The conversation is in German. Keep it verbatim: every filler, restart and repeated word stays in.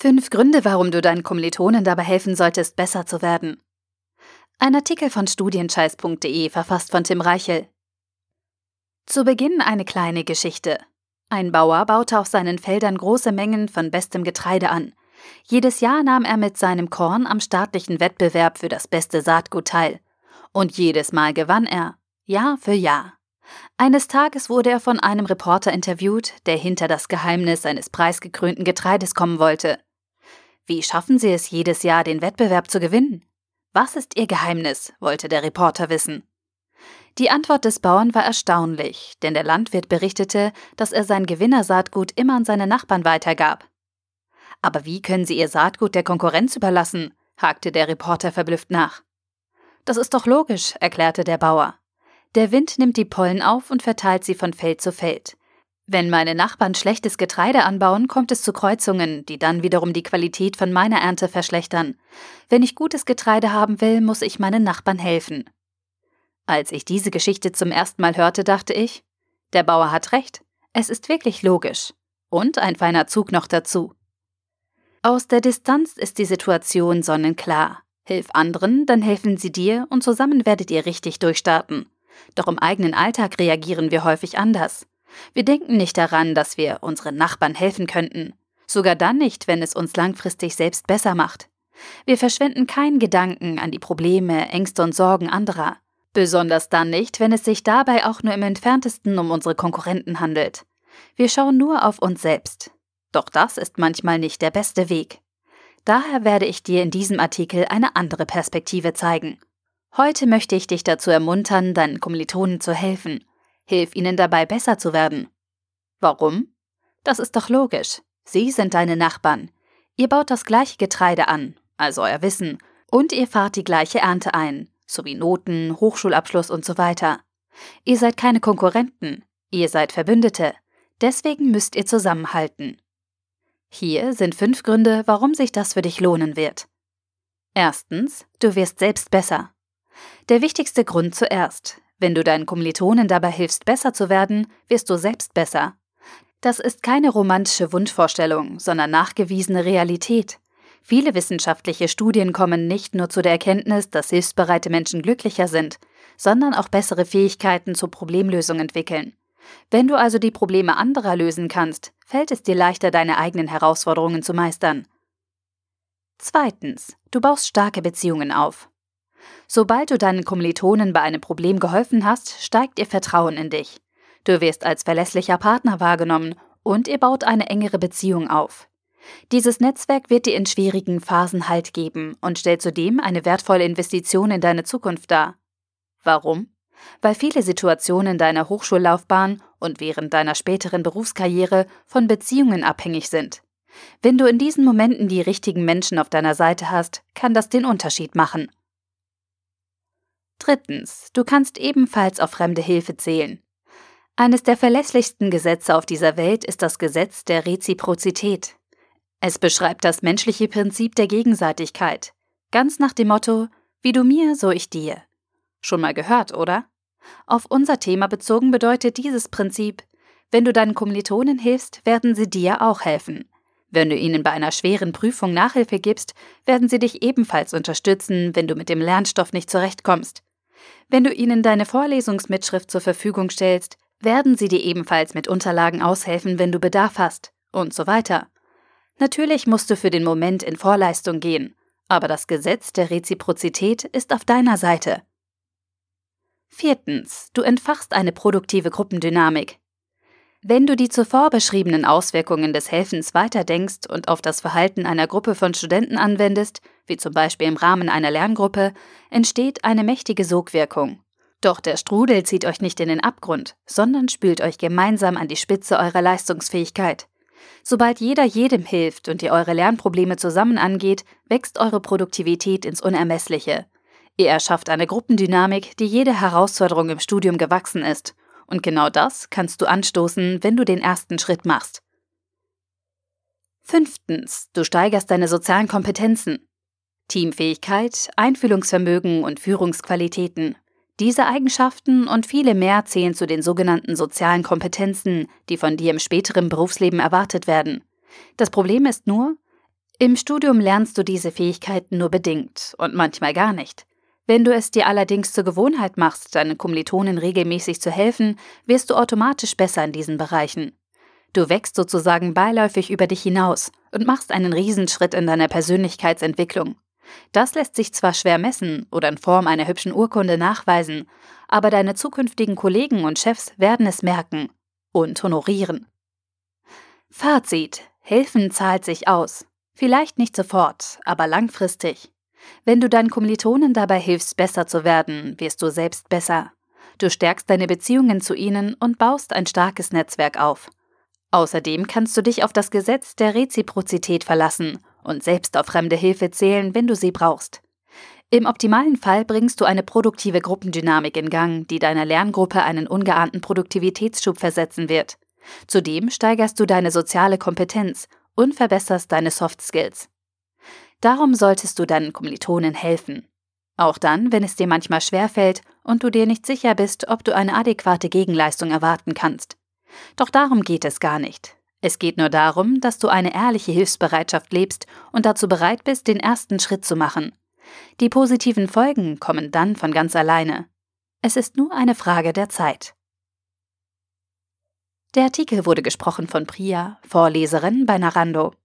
Fünf Gründe, warum du deinen Kommilitonen dabei helfen solltest, besser zu werden. Ein Artikel von studienscheiß punkt de, verfasst von Tim Reichel. Zu Beginn eine kleine Geschichte. Ein Bauer baute auf seinen Feldern große Mengen von bestem Getreide an. Jedes Jahr nahm er mit seinem Korn am staatlichen Wettbewerb für das beste Saatgut teil. Und jedes Mal gewann er, Jahr für Jahr. Eines Tages wurde er von einem Reporter interviewt, der hinter das Geheimnis seines preisgekrönten Getreides kommen wollte. Wie schaffen Sie es jedes Jahr, den Wettbewerb zu gewinnen? Was ist Ihr Geheimnis, wollte der Reporter wissen. Die Antwort des Bauern war erstaunlich, denn der Landwirt berichtete, dass er sein Gewinnersaatgut immer an seine Nachbarn weitergab. Aber wie können Sie Ihr Saatgut der Konkurrenz überlassen? Hakte der Reporter verblüfft nach. Das ist doch logisch, erklärte der Bauer. Der Wind nimmt die Pollen auf und verteilt sie von Feld zu Feld. Wenn meine Nachbarn schlechtes Getreide anbauen, kommt es zu Kreuzungen, die dann wiederum die Qualität von meiner Ernte verschlechtern. Wenn ich gutes Getreide haben will, muss ich meinen Nachbarn helfen. Als ich diese Geschichte zum ersten Mal hörte, dachte ich, der Bauer hat recht, es ist wirklich logisch. Und ein feiner Zug noch dazu. Aus der Distanz ist die Situation sonnenklar. Hilf anderen, dann helfen sie dir und zusammen werdet ihr richtig durchstarten. Doch im eigenen Alltag reagieren wir häufig anders. Wir denken nicht daran, dass wir unseren Nachbarn helfen könnten. Sogar dann nicht, wenn es uns langfristig selbst besser macht. Wir verschwenden keinen Gedanken an die Probleme, Ängste und Sorgen anderer. Besonders dann nicht, wenn es sich dabei auch nur im Entferntesten um unsere Konkurrenten handelt. Wir schauen nur auf uns selbst. Doch das ist manchmal nicht der beste Weg. Daher werde ich dir in diesem Artikel eine andere Perspektive zeigen. Heute möchte ich dich dazu ermuntern, deinen Kommilitonen zu helfen. Hilf ihnen dabei, besser zu werden. Warum? Das ist doch logisch. Sie sind deine Nachbarn. Ihr baut das gleiche Getreide an, also euer Wissen, und ihr fahrt die gleiche Ernte ein, sowie Noten, Hochschulabschluss und so weiter. Ihr seid keine Konkurrenten, ihr seid Verbündete. Deswegen müsst ihr zusammenhalten. Hier sind fünf Gründe, warum sich das für dich lohnen wird. Erstens, du wirst selbst besser. Der wichtigste Grund zuerst. Wenn du deinen Kommilitonen dabei hilfst, besser zu werden, wirst du selbst besser. Das ist keine romantische Wunschvorstellung, sondern nachgewiesene Realität. Viele wissenschaftliche Studien kommen nicht nur zu der Erkenntnis, dass hilfsbereite Menschen glücklicher sind, sondern auch bessere Fähigkeiten zur Problemlösung entwickeln. Wenn du also die Probleme anderer lösen kannst, fällt es dir leichter, deine eigenen Herausforderungen zu meistern. Zweitens, du baust starke Beziehungen auf. Sobald du deinen Kommilitonen bei einem Problem geholfen hast, steigt ihr Vertrauen in dich. Du wirst als verlässlicher Partner wahrgenommen und ihr baut eine engere Beziehung auf. Dieses Netzwerk wird dir in schwierigen Phasen Halt geben und stellt zudem eine wertvolle Investition in deine Zukunft dar. Warum? Weil viele Situationen deiner Hochschullaufbahn und während deiner späteren Berufskarriere von Beziehungen abhängig sind. Wenn du in diesen Momenten die richtigen Menschen auf deiner Seite hast, kann das den Unterschied machen. Drittens, du kannst ebenfalls auf fremde Hilfe zählen. Eines der verlässlichsten Gesetze auf dieser Welt ist das Gesetz der Reziprozität. Es beschreibt das menschliche Prinzip der Gegenseitigkeit, ganz nach dem Motto, wie du mir, so ich dir. Schon mal gehört, oder? Auf unser Thema bezogen bedeutet dieses Prinzip, wenn du deinen Kommilitonen hilfst, werden sie dir auch helfen. Wenn du ihnen bei einer schweren Prüfung Nachhilfe gibst, werden sie dich ebenfalls unterstützen, wenn du mit dem Lernstoff nicht zurechtkommst. Wenn du ihnen deine Vorlesungsmitschrift zur Verfügung stellst, werden sie dir ebenfalls mit Unterlagen aushelfen, wenn du Bedarf hast, und so weiter. Natürlich musst du für den Moment in Vorleistung gehen, aber das Gesetz der Reziprozität ist auf deiner Seite. Viertens, du entfachst eine produktive Gruppendynamik. Wenn du die zuvor beschriebenen Auswirkungen des Helfens weiterdenkst und auf das Verhalten einer Gruppe von Studenten anwendest, wie zum Beispiel im Rahmen einer Lerngruppe, entsteht eine mächtige Sogwirkung. Doch der Strudel zieht euch nicht in den Abgrund, sondern spült euch gemeinsam an die Spitze eurer Leistungsfähigkeit. Sobald jeder jedem hilft und ihr eure Lernprobleme zusammen angeht, wächst eure Produktivität ins Unermessliche. Ihr erschafft eine Gruppendynamik, die jeder Herausforderung im Studium gewachsen ist. Und genau das kannst du anstoßen, wenn du den ersten Schritt machst. Fünftens, du steigerst deine sozialen Kompetenzen. Teamfähigkeit, Einfühlungsvermögen und Führungsqualitäten. Diese Eigenschaften und viele mehr zählen zu den sogenannten sozialen Kompetenzen, die von dir im späteren Berufsleben erwartet werden. Das Problem ist nur, Im Studium lernst du diese Fähigkeiten nur bedingt und manchmal gar nicht. Wenn du es dir allerdings zur Gewohnheit machst, deinen Kommilitonen regelmäßig zu helfen, wirst du automatisch besser in diesen Bereichen. Du wächst sozusagen beiläufig über dich hinaus und machst einen Riesenschritt in deiner Persönlichkeitsentwicklung. Das lässt sich zwar schwer messen oder in Form einer hübschen Urkunde nachweisen, aber deine zukünftigen Kollegen und Chefs werden es merken und honorieren. Fazit: Helfen zahlt sich aus. Vielleicht nicht sofort, aber langfristig. Wenn du deinen Kommilitonen dabei hilfst, besser zu werden, wirst du selbst besser. Du stärkst deine Beziehungen zu ihnen und baust ein starkes Netzwerk auf. Außerdem kannst du dich auf das Gesetz der Reziprozität verlassen und selbst auf fremde Hilfe zählen, wenn du sie brauchst. Im optimalen Fall bringst du eine produktive Gruppendynamik in Gang, die deiner Lerngruppe einen ungeahnten Produktivitätsschub versetzen wird. Zudem steigerst du deine soziale Kompetenz und verbesserst deine Soft Skills. Darum solltest du deinen Kommilitonen helfen. Auch dann, wenn es dir manchmal schwerfällt und du dir nicht sicher bist, ob du eine adäquate Gegenleistung erwarten kannst. Doch darum geht es gar nicht. Es geht nur darum, dass du eine ehrliche Hilfsbereitschaft lebst und dazu bereit bist, den ersten Schritt zu machen. Die positiven Folgen kommen dann von ganz alleine. Es ist nur eine Frage der Zeit. Der Artikel wurde gesprochen von Priya, Vorleserin bei Narando.